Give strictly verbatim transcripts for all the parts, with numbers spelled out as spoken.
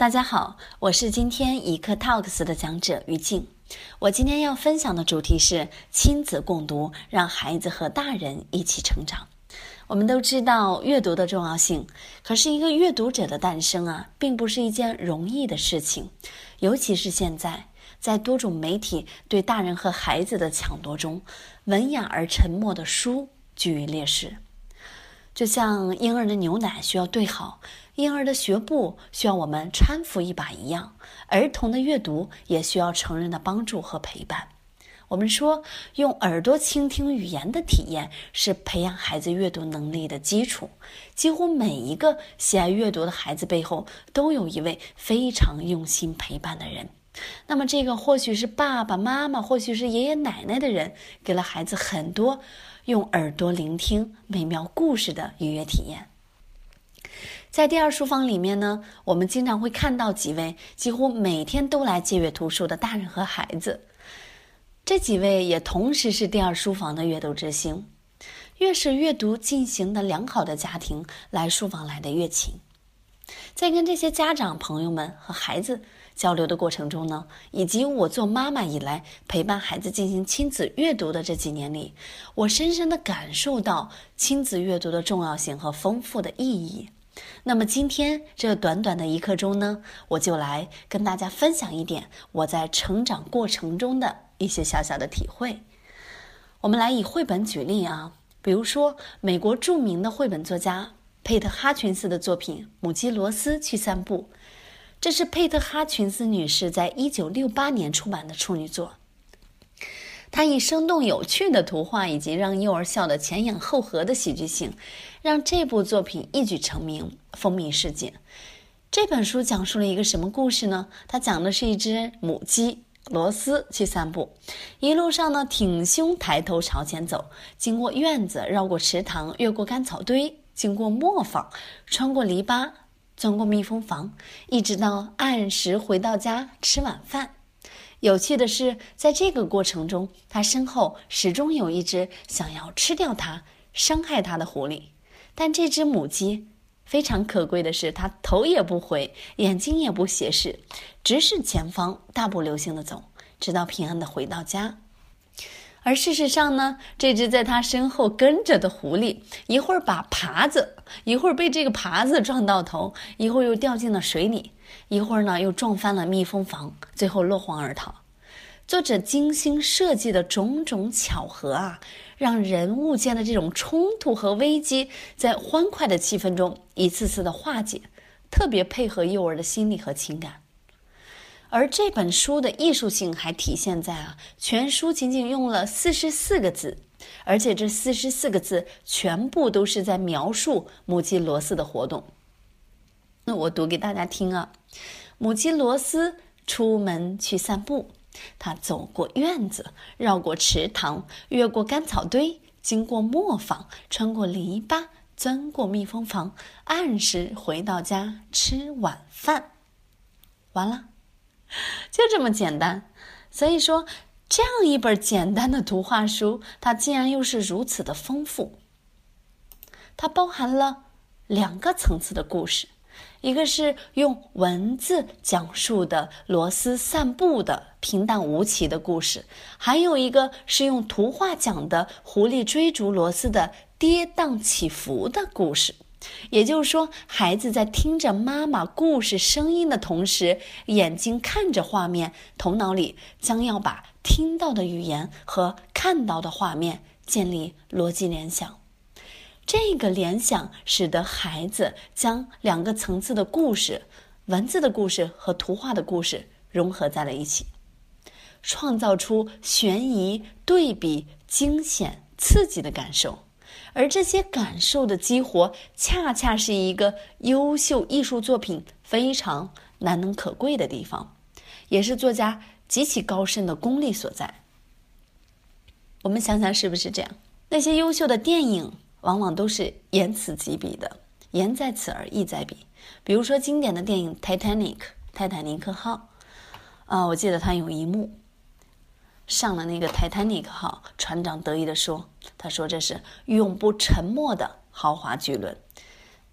大家好，我是今天一课 Talks 的讲者于静。我今天要分享的主题是亲子共读，让孩子和大人一起成长。我们都知道阅读的重要性，可是一个阅读者的诞生啊，并不是一件容易的事情，尤其是现在，在多种媒体对大人和孩子的抢夺中，文雅而沉默的书居于劣势。就像婴儿的牛奶需要兑好，婴儿的学步需要我们搀扶一把一样，儿童的阅读也需要成人的帮助和陪伴。我们说，用耳朵倾听语言的体验是培养孩子阅读能力的基础。几乎每一个喜爱阅读的孩子背后，都有一位非常用心陪伴的人。那么这个或许是爸爸妈妈，或许是爷爷奶奶的人，给了孩子很多用耳朵聆听美妙故事的愉悦体验。在第二书房里面呢，我们经常会看到几位几乎每天都来借阅图书的大人和孩子。这几位也同时是第二书房的阅读之星。越是阅读进行的良好的家庭，来书房来的越勤。在跟这些家长朋友们和孩子交流的过程中呢，以及我做妈妈以来陪伴孩子进行亲子阅读的这几年里，我深深地感受到亲子阅读的重要性和丰富的意义。那么今天这短短的一刻钟呢，我就来跟大家分享一点我在成长过程中的一些小小的体会。我们来以绘本举例啊，比如说美国著名的绘本作家佩特·哈群斯的作品《母鸡罗斯去散步》，这是佩特·哈群斯女士在一九六八年出版的处女作。她以生动有趣的图画以及让幼儿笑得前仰后合的喜剧性，让这部作品一举成名，风靡世界。这本书讲述了一个什么故事呢？它讲的是一只母鸡罗斯去散步，一路上呢挺胸抬头朝前走，经过院子，绕过池塘，越过干草堆，经过磨坊，穿过篱笆，钻过蜜蜂房，一直到按时回到家吃晚饭。有趣的是，在这个过程中，他身后始终有一只想要吃掉他、伤害他的狐狸。但这只母鸡非常可贵的是，它头也不回，眼睛也不斜视，直视前方，大步流星地走，直到平安地回到家。而事实上呢，这只在他身后跟着的狐狸，一会儿把耙子，一会儿被这个耙子撞到头，一会儿又掉进了水里，一会儿呢又撞翻了蜜蜂房，最后落荒而逃。作者精心设计的种种巧合啊，让人物间的这种冲突和危机在欢快的气氛中一次次的化解，特别配合幼儿的心理和情感。而这本书的艺术性还体现在啊，全书仅仅用了四十四个字，而且这四十四个字全部都是在描述母鸡罗斯的活动。那我读给大家听啊。母鸡罗斯出门去散步，他走过院子，绕过池塘，越过干草堆，经过磨坊，穿过篱笆，钻过蜜蜂房，按时回到家吃晚饭。完了，就这么简单。所以说，这样一本简单的图画书，它竟然又是如此的丰富。它包含了两个层次的故事，一个是用文字讲述的罗斯散步的平淡无奇的故事，还有一个是用图画讲的狐狸追逐罗斯的跌宕起伏的故事。也就是说，孩子在听着妈妈故事声音的同时，眼睛看着画面，头脑里将要把听到的语言和看到的画面建立逻辑联想。这个联想使得孩子将两个层次的故事，文字的故事和图画的故事融合在了一起，创造出悬疑、对比、惊险、刺激的感受。而这些感受的激活，恰恰是一个优秀艺术作品非常难能可贵的地方，也是作家极其高深的功力所在。我们想想是不是这样？那些优秀的电影往往都是言此即彼的，言在此而意在彼。比如说经典的电影《Titanic》泰坦尼克号啊，我记得它有一幕上了那个泰坦尼克号，船长得意地说，他说这是永不沉没的豪华巨轮。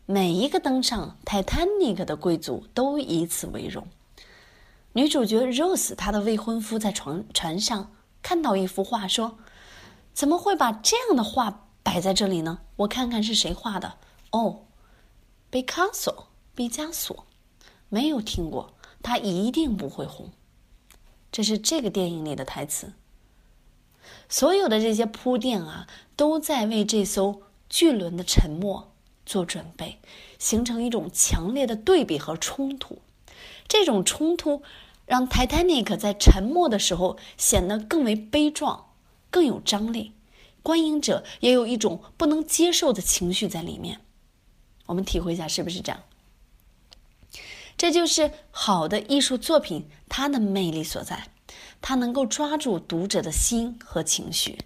每一个登上泰坦尼克的贵族都以此为荣。女主角 Rose 她的未婚夫在船船上看到一幅画，说：怎么会把这样的画摆在这里呢？我看看是谁画的。哦，毕卡索，毕加索。没有听过，他一定不会红。这是这个电影里的台词。所有的这些铺垫啊，都在为这艘巨轮的沉没做准备，形成一种强烈的对比和冲突。这种冲突让 Titanic 在沉没的时候显得更为悲壮，更有张力，观影者也有一种不能接受的情绪在里面。我们体会一下是不是这样？这就是好的艺术作品它的魅力所在，它能够抓住读者的心和情绪。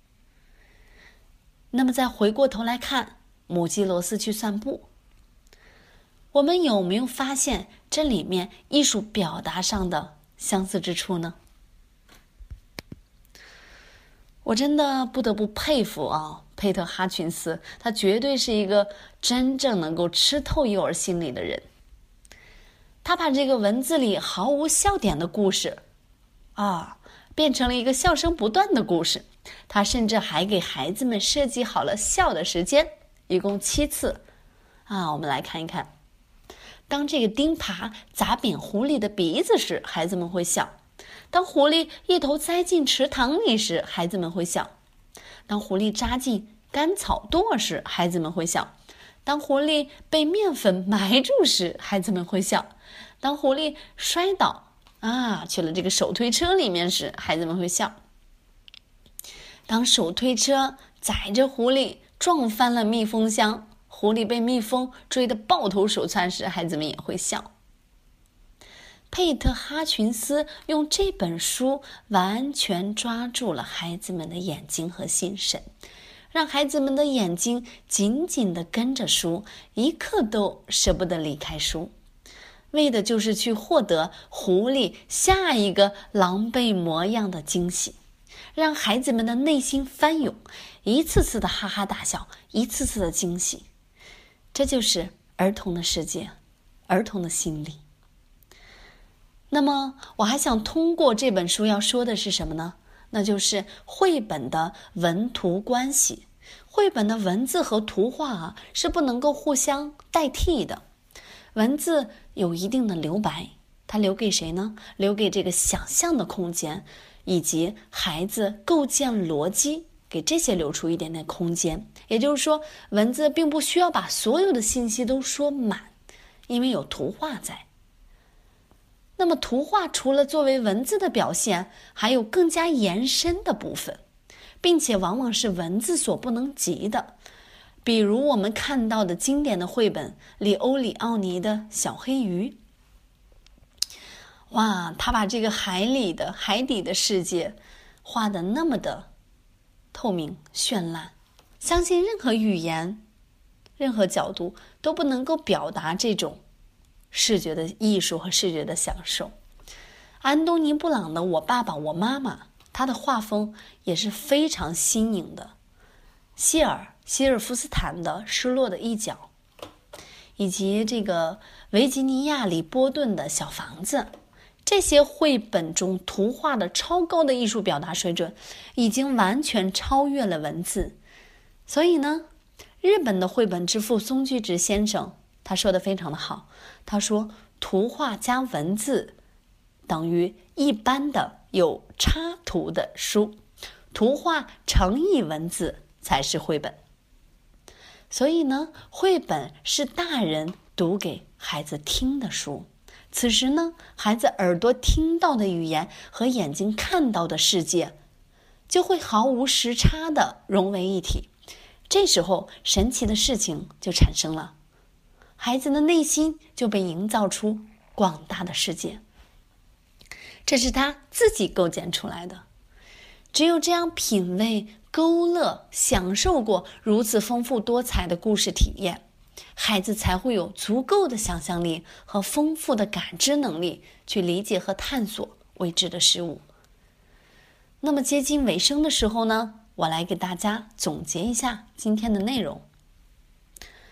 那么再回过头来看母鸡罗斯去散步，我们有没有发现这里面艺术表达上的相似之处呢？我真的不得不佩服啊，佩特·哈群斯，他绝对是一个真正能够吃透幼儿心理的人。他把这个文字里毫无笑点的故事啊，变成了一个笑声不断的故事。他甚至还给孩子们设计好了笑的时间，一共七次啊。我们来看一看，当这个钉耙砸扁狐狸的鼻子时，孩子们会笑；当狐狸一头栽进池塘里时，孩子们会笑；当狐狸扎进干草垛时，孩子们会笑；当狐狸被面粉埋住时，孩子们会笑；当狐狸摔倒啊去了这个手推车里面时，孩子们会笑；当手推车载着狐狸撞翻了密封箱，狐狸被蜜蜂追得抱头鼠窜时，孩子们也会笑。佩特·哈群斯用这本书完全抓住了孩子们的眼睛和心神，让孩子们的眼睛紧紧地跟着书，一刻都舍不得离开书，为的就是去获得狐狸下一个狼狈模样的惊喜，让孩子们的内心翻涌，一次次的哈哈大笑，一次次的惊喜。这就是儿童的世界，儿童的心理。那么我还想通过这本书要说的是什么呢？那就是绘本的文图关系。绘本的文字和图画啊，是不能够互相代替的。文字有一定的留白，它留给谁呢？留给这个想象的空间，以及孩子构建逻辑，给这些留出一点点空间。也就是说，文字并不需要把所有的信息都说满，因为有图画在。那么图画除了作为文字的表现，还有更加延伸的部分，并且往往是文字所不能及的。比如我们看到的经典的绘本里欧里奥尼的小黑鱼，哇，他把这个海里的海底的世界画得那么的透明绚烂，相信任何语言任何角度都不能够表达这种视觉的艺术和视觉的享受。安东尼·布朗的《我爸爸我妈妈》，他的画风也是非常新颖的。希尔希尔夫斯坦的《失落的一角》，以及这个维吉尼亚里波顿的小房子，这些绘本中图画的超高的艺术表达水准，已经完全超越了文字。所以呢，日本的绘本之父松居直先生他说的非常的好，他说图画加文字等于一般的有插图的书，图画乘以文字才是绘本。所以呢，绘本是大人读给孩子听的书，此时呢，孩子耳朵听到的语言和眼睛看到的世界就会毫无时差的融为一体，这时候神奇的事情就产生了，孩子的内心就被营造出广大的世界，这是他自己构建出来的。只有这样品味、勾勒、享受过如此丰富多彩的故事体验，孩子才会有足够的想象力和丰富的感知能力去理解和探索未知的事物。那么接近尾声的时候呢，我来给大家总结一下今天的内容。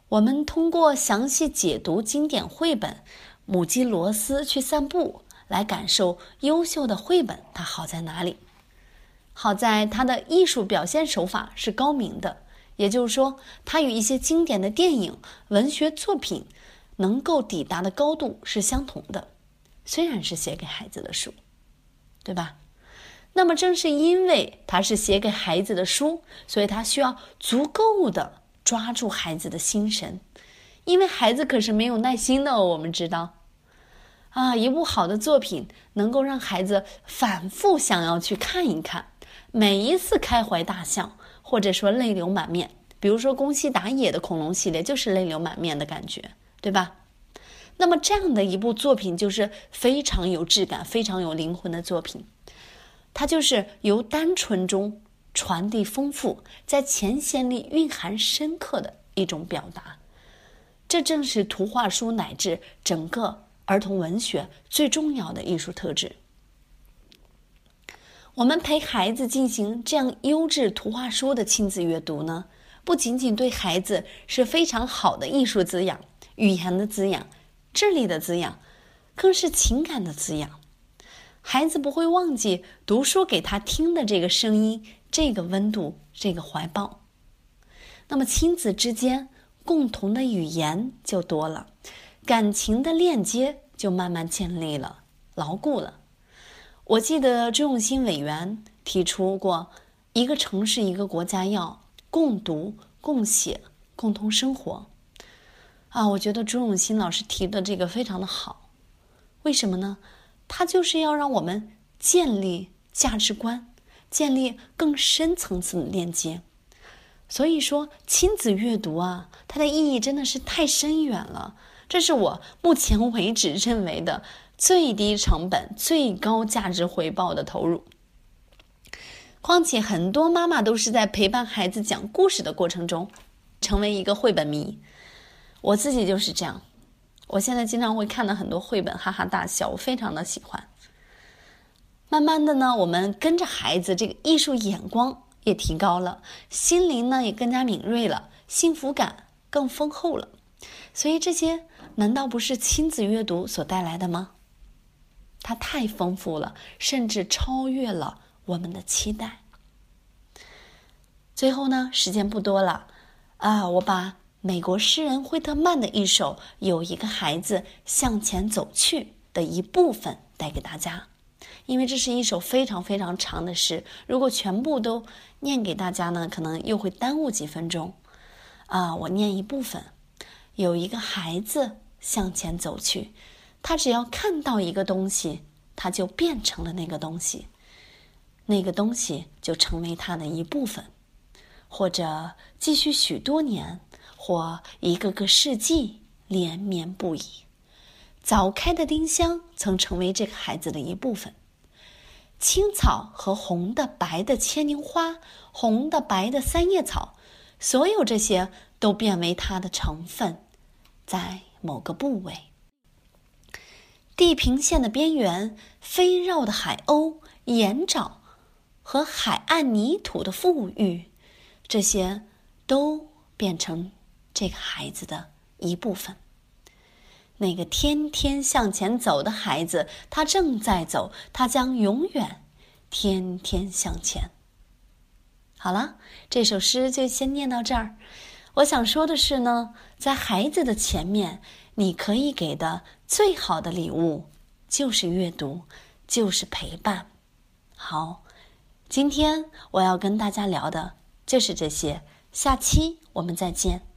我们通过详细解读经典绘本《母鸡罗斯去散步》来感受优秀的绘本它好在哪里。好在它的艺术表现手法是高明的，也就是说，它与一些经典的电影、文学作品能够抵达的高度是相同的，虽然是写给孩子的书，对吧？那么正是因为它是写给孩子的书，所以它需要足够的抓住孩子的心神，因为孩子可是没有耐心的哦，我们知道啊，一部好的作品能够让孩子反复想要去看一看，每一次开怀大笑，或者说泪流满面。比如说宫西达也的恐龙系列就是泪流满面的感觉，对吧？那么这样的一部作品就是非常有质感、非常有灵魂的作品，它就是由单纯中传递丰富，在浅显里蕴含深刻的一种表达。这正是图画书乃至整个儿童文学最重要的艺术特质。我们陪孩子进行这样优质图画书的亲子阅读呢，不仅仅对孩子是非常好的艺术滋养、语言的滋养、智力的滋养，更是情感的滋养。孩子不会忘记读书给他听的这个声音、这个温度、这个怀抱。那么亲子之间共同的语言就多了，感情的链接就慢慢建立了、牢固了。我记得朱永新委员提出过，一个城市、一个国家要共读、共写、共同生活。啊，我觉得朱永新老师提的这个非常的好。为什么呢？他就是要让我们建立价值观，建立更深层次的链接。所以说亲子阅读啊，它的意义真的是太深远了。这是我目前为止认为的最低成本、最高价值回报的投入。况且很多妈妈都是在陪伴孩子讲故事的过程中成为一个绘本迷，我自己就是这样。我现在经常会看到很多绘本，哈哈大笑，我非常的喜欢。慢慢的呢，我们跟着孩子，这个艺术眼光也提高了，心灵呢也更加敏锐了，幸福感更丰厚了。所以这些难道不是亲子阅读所带来的吗？它太丰富了，甚至超越了我们的期待。最后呢，时间不多了啊，我把美国诗人惠特曼的一首《有一个孩子向前走去》的一部分带给大家，因为这是一首非常非常长的诗，如果全部都念给大家呢，可能又会耽误几分钟啊。我念一部分。有一个孩子向前走去，他只要看到一个东西，他就变成了那个东西，那个东西就成为他的一部分，或者继续许多年，或一个个世纪，连绵不已。早开的丁香曾成为这个孩子的一部分，青草和红的白的牵牛花，红的白的三叶草，所有这些都变为它的成分，在某个部位。地平线的边缘，飞绕的海鸥、盐沼和海岸泥土的富裕，这些都变成这个孩子的一部分。那个天天向前走的孩子，他正在走，他将永远天天向前。好了，这首诗就先念到这儿。我想说的是呢，在孩子的前面，你可以给的最好的礼物就是阅读，就是陪伴。好，今天我要跟大家聊的就是这些，下期我们再见。